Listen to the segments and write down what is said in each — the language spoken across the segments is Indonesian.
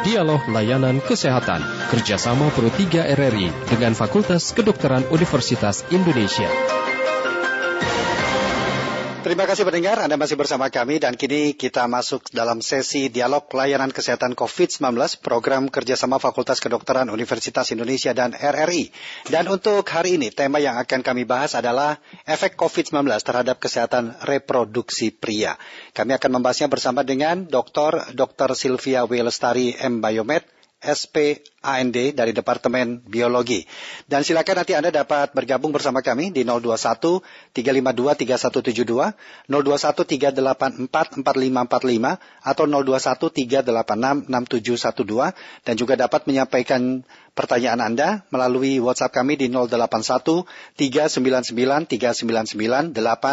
Dialog Layanan Kesehatan kerjasama Pro 3 RRI dengan Fakultas Kedokteran Universitas Indonesia. Terima kasih pendengar, Anda masih bersama kami dan kini kita masuk dalam sesi Dialog Layanan Kesehatan COVID-19 program kerjasama Fakultas Kedokteran Universitas Indonesia dan RRI. Dan untuk hari ini tema yang akan kami bahas adalah efek COVID-19 terhadap kesehatan reproduksi pria. Kami akan membahasnya bersama dengan Dr. Sylvia W. Lestari M. Biomed, SPAND dari Departemen Biologi. Dan silakan nanti Anda dapat bergabung bersama kami di 021 352 3172, 021 384 4545 atau 021 386 6712 dan juga dapat menyampaikan pertanyaan Anda melalui WhatsApp kami di 081 399 399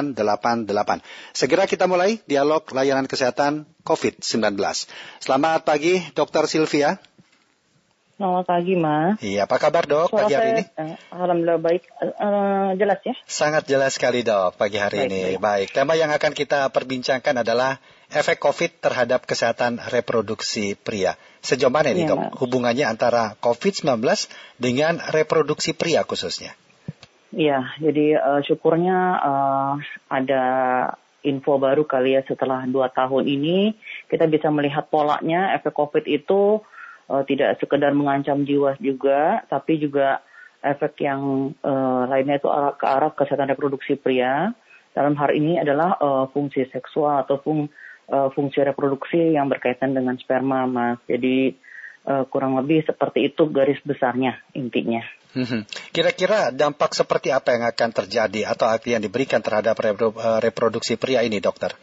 888. Segera kita mulai dialog layanan kesehatan COVID-19. Selamat pagi, Dr. Sylvia. Selamat pagi, Mas. Iya, apa kabar, Dok, Suara pagi hari ini? Alhamdulillah baik. Jelas ya? Sangat jelas sekali, Dok, pagi hari ini. Baik, tema yang akan kita perbincangkan adalah efek COVID terhadap kesehatan reproduksi pria. Sejauh mana ini, Dok, Mas, hubungannya antara COVID-19 dengan reproduksi pria khususnya? Iya, jadi syukurnya ada info baru kali ya setelah 2 tahun ini. Kita bisa melihat polanya efek COVID itu tidak sekedar mengancam jiwa juga, tapi juga efek yang lainnya itu ke arah kesehatan reproduksi pria. Dalam hal ini adalah fungsi seksual atau fungsi reproduksi yang berkaitan dengan sperma, Mas. Jadi kurang lebih seperti itu garis besarnya intinya. Kira-kira dampak seperti apa yang akan terjadi atau yang diberikan terhadap reproduksi pria ini, dokter?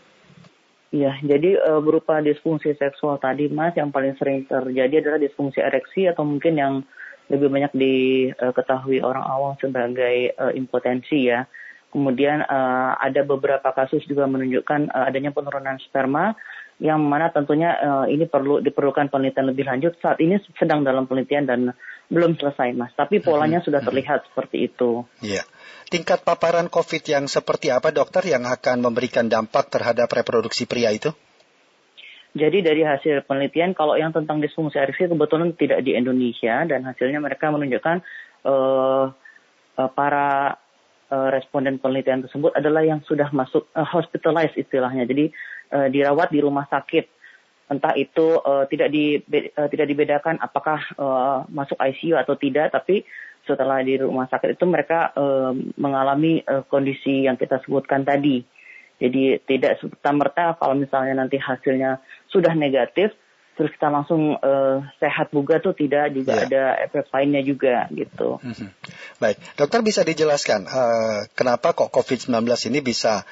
Ya, jadi berupa disfungsi seksual tadi, Mas, yang paling sering terjadi adalah disfungsi ereksi atau mungkin yang lebih banyak diketahui orang awam sebagai impotensi ya. Kemudian ada beberapa kasus juga menunjukkan adanya penurunan sperma yang mana tentunya ini diperlukan penelitian lebih lanjut. Saat ini sedang dalam penelitian dan belum selesai, Mas. Tapi polanya sudah terlihat seperti itu. Iya. Tingkat paparan COVID yang seperti apa, dokter, yang akan memberikan dampak terhadap reproduksi pria itu? Jadi dari hasil penelitian, kalau yang tentang disfungsi ereksi kebetulan tidak di Indonesia, dan hasilnya mereka menunjukkan para responden penelitian tersebut adalah yang sudah masuk hospitalized istilahnya. Jadi dirawat di rumah sakit. Entah itu tidak dibedakan apakah masuk ICU atau tidak, tapi setelah di rumah sakit itu mereka mengalami kondisi yang kita sebutkan tadi. Jadi tidak serta-merta kalau misalnya nanti hasilnya sudah negatif, terus kita langsung sehat juga tuh tidak, juga ada efek lainnya juga gitu. Baik, dokter bisa dijelaskan kenapa kok COVID-19 ini bisa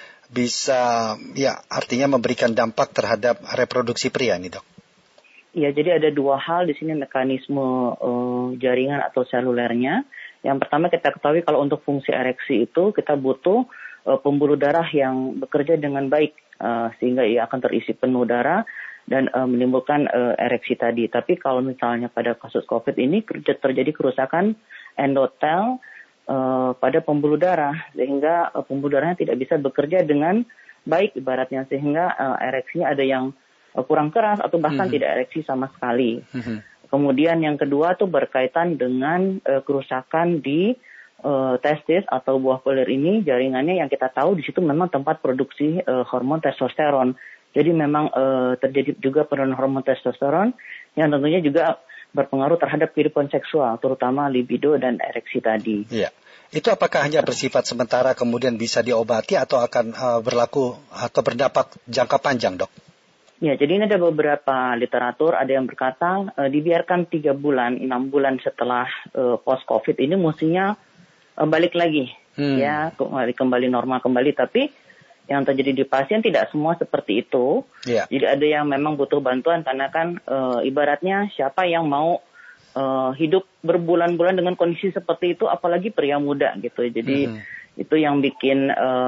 ya artinya memberikan dampak terhadap reproduksi pria ini, dok? Ya, jadi ada 2 hal di sini mekanisme jaringan atau selulernya. Yang pertama kita ketahui kalau untuk fungsi ereksi itu kita butuh pembuluh darah yang bekerja dengan baik sehingga ia akan terisi penuh darah dan menimbulkan ereksi tadi. Tapi kalau misalnya pada kasus COVID ini terjadi kerusakan endotel pada pembuluh darah sehingga pembuluh darahnya tidak bisa bekerja dengan baik ibaratnya sehingga ereksinya ada yang kurang keras atau bahkan tidak ereksi sama sekali. Kemudian yang kedua tuh berkaitan dengan kerusakan di testis atau buah pelir ini, jaringannya yang kita tahu di situ memang tempat produksi hormon testosteron. Jadi memang terjadi juga penurunan hormon testosteron yang tentunya juga berpengaruh terhadap kehidupan seksual, terutama libido dan ereksi tadi. Iya. Itu apakah hanya bersifat sementara kemudian bisa diobati atau akan berlaku atau berdampak jangka panjang, dok? Ya, jadi ini ada beberapa literatur, ada yang berkata dibiarkan 3 bulan, 6 bulan setelah post-COVID ini mestinya balik lagi, ya kembali normal kembali. Tapi yang terjadi di pasien tidak semua seperti itu. Yeah. Jadi ada yang memang butuh bantuan karena kan ibaratnya siapa yang mau hidup berbulan-bulan dengan kondisi seperti itu, apalagi pria muda gitu. Jadi itu yang bikin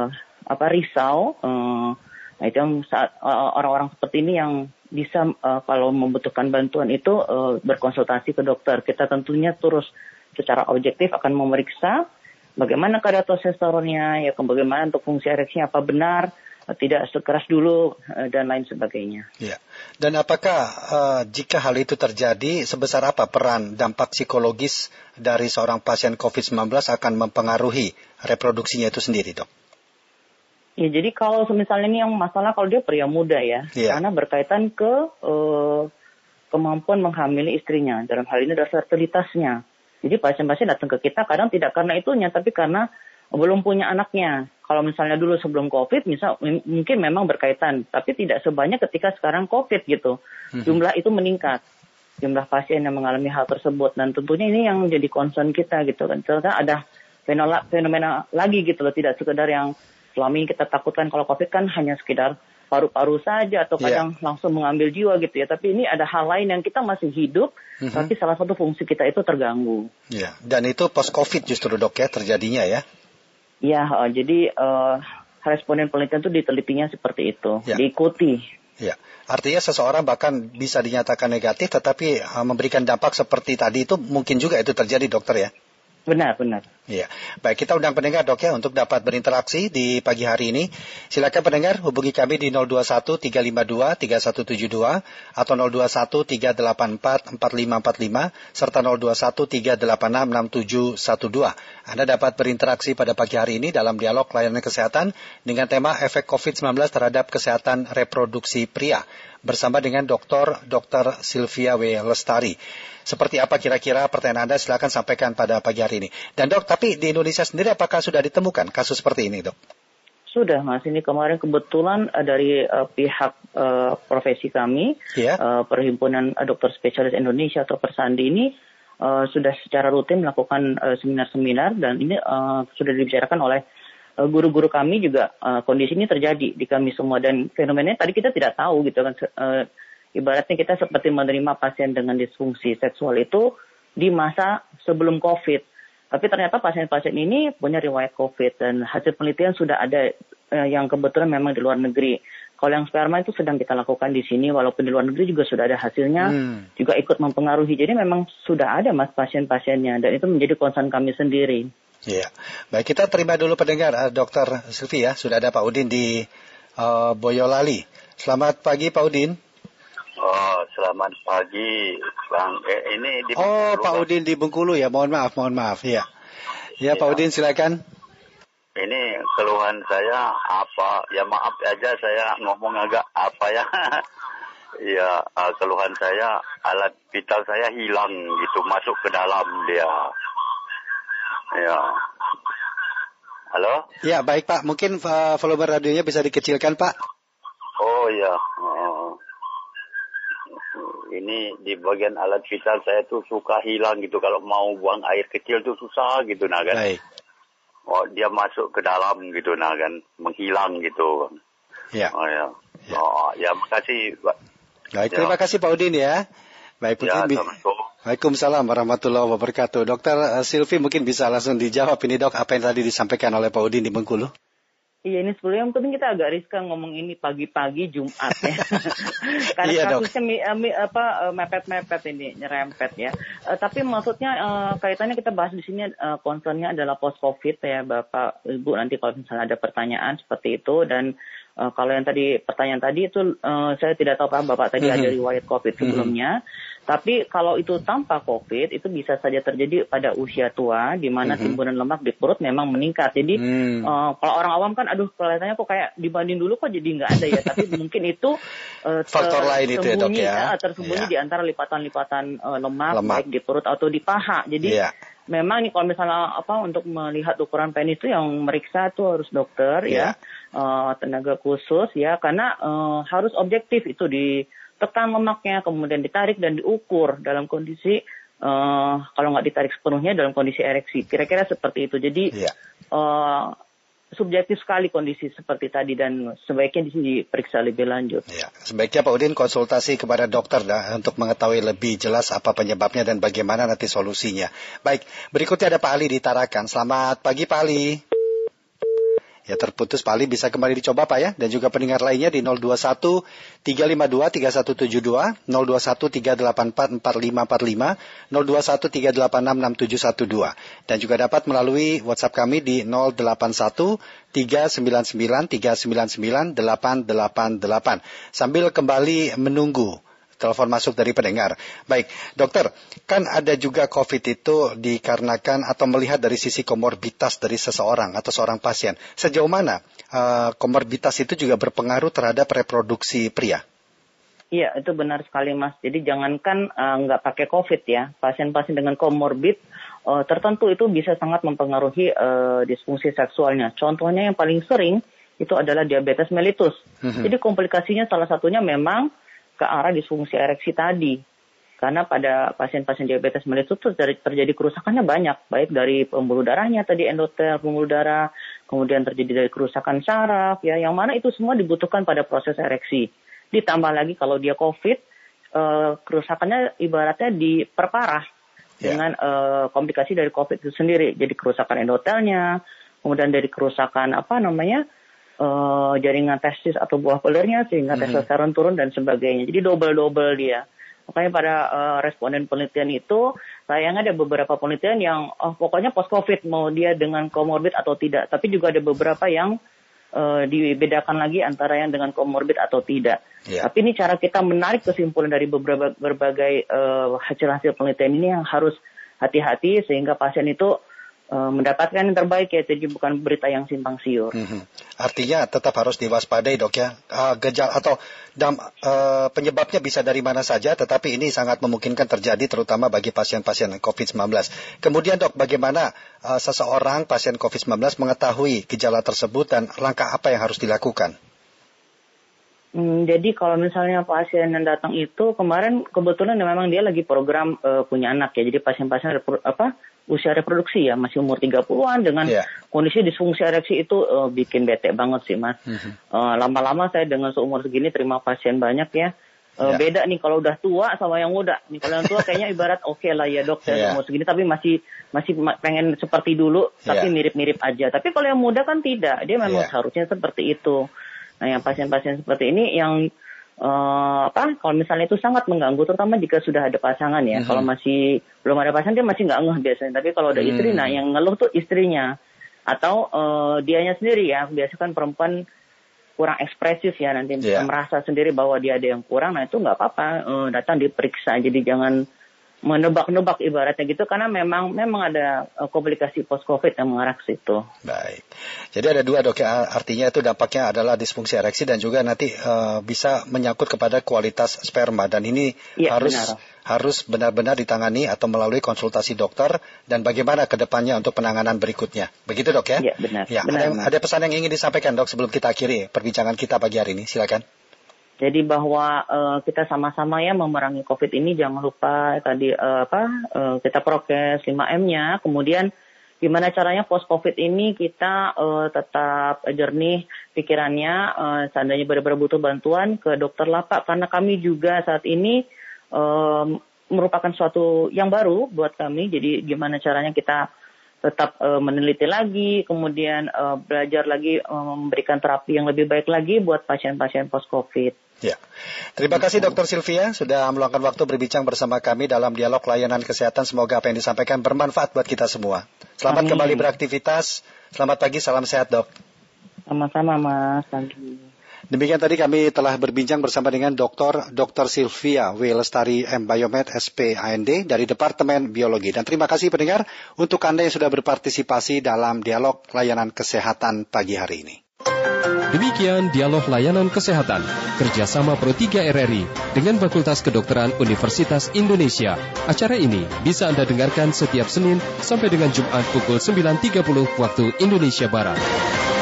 risau. Nah, itu yang saat orang-orang seperti ini yang bisa kalau membutuhkan bantuan itu berkonsultasi ke dokter. Kita tentunya terus secara objektif akan memeriksa bagaimana kadar testosteronnya, ya bagaimana untuk fungsi ereksinya, apa benar tidak sekeras dulu dan lain sebagainya. Ya. Dan apakah jika hal itu terjadi, sebesar apa peran dampak psikologis dari seorang pasien COVID-19 akan mempengaruhi reproduksinya itu sendiri, Dok? Ya, jadi kalau misalnya ini yang masalah kalau dia pria muda ya, karena berkaitan ke kemampuan menghamili istrinya. Dalam hal ini adalah fertilitasnya. Jadi pasien-pasien datang ke kita kadang tidak karena itunya, tapi karena belum punya anaknya. Kalau misalnya dulu sebelum COVID, mungkin memang berkaitan, tapi tidak sebanyak ketika sekarang COVID gitu. Jumlah itu meningkat, jumlah pasien yang mengalami hal tersebut, dan tentunya ini yang menjadi concern kita gitu kan. Ternyata ada fenomena lagi gitu loh, tidak sekedar yang selama ini kita takutkan kalau COVID kan hanya sekedar paru-paru saja atau kadang langsung mengambil jiwa gitu ya. Tapi ini ada hal lain yang kita masih hidup, tapi salah satu fungsi kita itu terganggu. Ya, dan itu post-COVID justru, Dok, ya terjadinya ya? Ya, jadi responden penelitian itu ditelitinya seperti itu, diikuti. Ya, artinya seseorang bahkan bisa dinyatakan negatif, tetapi memberikan dampak seperti tadi itu mungkin juga itu terjadi, Dokter ya? Benar. Ya, baik, kita undang pendengar, Dok, ya, untuk dapat berinteraksi di pagi hari ini. Silakan pendengar hubungi kami di 021-352-3172 atau 021-384-4545 serta 021-386-6712. Anda dapat berinteraksi pada pagi hari ini dalam dialog layanan kesehatan dengan tema efek COVID-19 terhadap kesehatan reproduksi pria bersama dengan Dr. Sylvia W. Lestari. Seperti apa kira-kira pertanyaan Anda, silakan sampaikan pada pagi hari ini. Dan Dok, tapi di Indonesia sendiri apakah sudah ditemukan kasus seperti ini, Dok? Sudah, Mas. Ini kemarin kebetulan dari pihak profesi kami, Perhimpunan Dokter Spesialis Indonesia atau Persandi ini sudah secara rutin melakukan seminar-seminar, dan ini sudah dibicarakan oleh guru-guru kami juga. Kondisi ini terjadi di kami semua, dan fenomenanya tadi kita tidak tahu gitu kan. Ibaratnya kita seperti menerima pasien dengan disfungsi seksual itu di masa sebelum COVID. Tapi ternyata pasien-pasien ini punya riwayat COVID, dan hasil penelitian sudah ada yang kebetulan memang di luar negeri. Kalau yang sperma itu sedang kita lakukan di sini, walaupun di luar negeri juga sudah ada hasilnya, juga ikut mempengaruhi. Jadi memang sudah ada, Mas, pasien-pasiennya, dan itu menjadi concern kami sendiri. Iya, baik, kita terima dulu pendengar, Dr. Sylvia. Sudah ada Pak Udin di Boyolali. Selamat pagi, Pak Udin. Oh, selamat pagi, Bang. Ini di Bengkulu, Pak Udin di Bengkulu ya. Mohon maaf. Ya, Pak Udin silakan. Ini keluhan saya apa? Ya maaf aja saya ngomong agak apa ya. Ya, keluhan saya alat vital saya hilang gitu, masuk ke dalam dia. Ya. Halo? Ya, baik Pak. Mungkin volume radionya bisa dikecilkan, Pak. Oh ya. Ini di bagian alat vital saya tuh suka hilang gitu. Kalau mau buang air kecil tuh susah gitu, nah kan. Baik. Oh, dia masuk ke dalam gitu, nah kan. Menghilang gitu. Ya. Oh ya. Oh, ya, makasih, Pak. Baik, terima kasih Pak Udin ya. Baik, mungkin Waalaikumsalam warahmatullahi wabarakatuh. Dokter Sylvie mungkin bisa langsung dijawab ini, Dok, apa yang tadi disampaikan oleh Pak Udin di Bengkulu. Iya, ini sebelumnya yang penting kita agak riskan ngomong ini pagi-pagi Jumat ya. Karena kasusnya mepet-mepet ini, nyerempet ya. Tapi maksudnya kaitannya kita bahas di sini concernnya adalah post-COVID ya Bapak Ibu, nanti kalau misalnya ada pertanyaan seperti itu. Dan kalau yang tadi pertanyaan tadi itu saya tidak tahu Pak Bapak tadi ada riwayat COVID sebelumnya. Tapi kalau itu tanpa COVID, itu bisa saja terjadi pada usia tua, di mana timbunan lemak di perut memang meningkat. Jadi kalau orang awam kan, aduh kelihatannya kok kayak dibanding dulu kok jadi nggak ada ya. Tapi mungkin itu faktor lain itu ya, Dok, ya. Tersembunyi di antara lipatan-lipatan lemak, baik di perut atau di paha. Jadi memang nih kalau misalnya untuk melihat ukuran penis itu yang meriksa itu harus dokter ya, tenaga khusus ya, karena harus objektif itu ditekan lemaknya, kemudian ditarik dan diukur dalam kondisi kalau nggak ditarik sepenuhnya dalam kondisi ereksi. Kira-kira seperti itu. Jadi subjektif sekali kondisi seperti tadi, dan sebaiknya diperiksa lebih lanjut. Ya, sebaiknya Pak Udin konsultasi kepada dokter untuk mengetahui lebih jelas apa penyebabnya dan bagaimana nanti solusinya. Baik, berikutnya ada Pak Ali di Tarakan. Selamat pagi Pak Ali. Ya, terputus Pak Ali, bisa kembali dicoba Pak ya. Dan juga pendengar lainnya di 021 352 3172, 021 384 4545, 021 386 6712. Dan juga dapat melalui WhatsApp kami di 081 399 399 888. Sambil kembali menunggu telepon masuk dari pendengar. Baik, dokter, kan ada juga COVID itu dikarenakan atau melihat dari sisi komorbitas dari seseorang atau seorang pasien. Sejauh mana komorbitas itu juga berpengaruh terhadap reproduksi pria? Iya, itu benar sekali Mas. Jadi jangankan nggak pakai COVID ya, pasien-pasien dengan komorbid tertentu itu bisa sangat mempengaruhi disfungsi seksualnya. Contohnya yang paling sering itu adalah diabetes mellitus. Jadi komplikasinya salah satunya memang ke arah disfungsi ereksi tadi. Karena pada pasien-pasien diabetes mellitus itu terjadi kerusakannya banyak. Baik dari pembuluh darahnya tadi, endotel, pembuluh darah. Kemudian terjadi dari kerusakan saraf. Ya, yang mana itu semua dibutuhkan pada proses ereksi. Ditambah lagi kalau dia COVID, kerusakannya ibaratnya diperparah. Dengan komplikasi dari COVID itu sendiri. Jadi kerusakan endotelnya. Kemudian dari kerusakan jaringan testis atau buah pelirnya sehingga testosteron turun dan sebagainya. Jadi double dia. Makanya pada responden penelitian itu sayangnya ada beberapa penelitian yang pokoknya post COVID mau dia dengan komorbid atau tidak. Tapi juga ada beberapa yang dibedakan lagi antara yang dengan komorbid atau tidak. Yeah. Tapi ini cara kita menarik kesimpulan dari berbagai hasil-hasil penelitian ini yang harus hati-hati sehingga pasien itu mendapatkan yang terbaik ya, jadi bukan berita yang simpang siur. Artinya tetap harus diwaspadai dok ya, gejala atau penyebabnya bisa dari mana saja, tetapi ini sangat memungkinkan terjadi terutama bagi pasien-pasien COVID-19. Kemudian dok, bagaimana seseorang pasien COVID-19 mengetahui gejala tersebut dan langkah apa yang harus dilakukan? Jadi kalau misalnya pasien yang datang itu kemarin kebetulan memang dia lagi program punya anak ya, jadi pasien-pasien usia reproduksi ya, masih umur 30-an dengan kondisi disfungsi ereksi itu bikin bete banget sih Mas. Lama-lama saya dengan seumur segini terima pasien banyak ya. Beda nih kalau udah tua sama yang muda. Nih kalau yang tua kayaknya ibarat oke lah ya dok, saya umur segini tapi masih pengen seperti dulu, tapi mirip-mirip aja. Tapi kalau yang muda kan tidak, dia memang seharusnya seperti itu. Nah yang pasien-pasien seperti ini yang kalau misalnya itu sangat mengganggu, terutama jika sudah ada pasangan ya. Kalau masih belum ada pasangan dia masih nggak ngeh biasanya. Tapi kalau ada istri, nah yang ngeluh tuh istrinya atau dianya sendiri ya. Biasanya kan perempuan kurang ekspresif ya, nanti merasa sendiri bahwa dia ada yang kurang. Nah itu nggak apa-apa, datang diperiksa. Jadi jangan menebak-nebak ibaratnya gitu, karena memang ada komplikasi post-COVID yang mengarah ke situ. Baik. Jadi ada dua dok ya, artinya itu dampaknya adalah disfungsi ereksi dan juga nanti bisa menyangkut kepada kualitas sperma, dan ini harus benar-benar ditangani atau melalui konsultasi dokter dan bagaimana ke depannya untuk penanganan berikutnya. Begitu dok ya? Iya benar. Ya, ada pesan yang ingin disampaikan dok sebelum kita akhiri perbincangan kita pagi hari ini, silakan. Jadi bahwa kita sama-sama ya memerangi COVID ini, jangan lupa tadi kita prokes 5M-nya. Kemudian gimana caranya post COVID ini kita tetap jernih pikirannya, seandainya benar-benar butuh bantuan ke dokter lah Pak, karena kami juga saat ini merupakan suatu yang baru buat kami. Jadi gimana caranya kita tetap meneliti lagi, kemudian belajar lagi memberikan terapi yang lebih baik lagi buat pasien-pasien post-COVID. Ya, terima kasih Dr. Sylvia sudah meluangkan waktu berbincang bersama kami dalam dialog layanan kesehatan. Semoga apa yang disampaikan bermanfaat buat kita semua. Selamat kembali beraktivitas. Selamat pagi, salam sehat dok. Sama-sama Mas. Demikian tadi kami telah berbincang bersama dengan Dr. Sylvia W. Lestari M. Biomed SPAND dari Departemen Biologi. Dan terima kasih pendengar untuk Anda yang sudah berpartisipasi dalam dialog layanan kesehatan pagi hari ini. Demikian dialog layanan kesehatan kerjasama Pro 3 RRI dengan Fakultas Kedokteran Universitas Indonesia. Acara ini bisa Anda dengarkan setiap Senin sampai dengan Jumat pukul 9.30 waktu Indonesia Barat.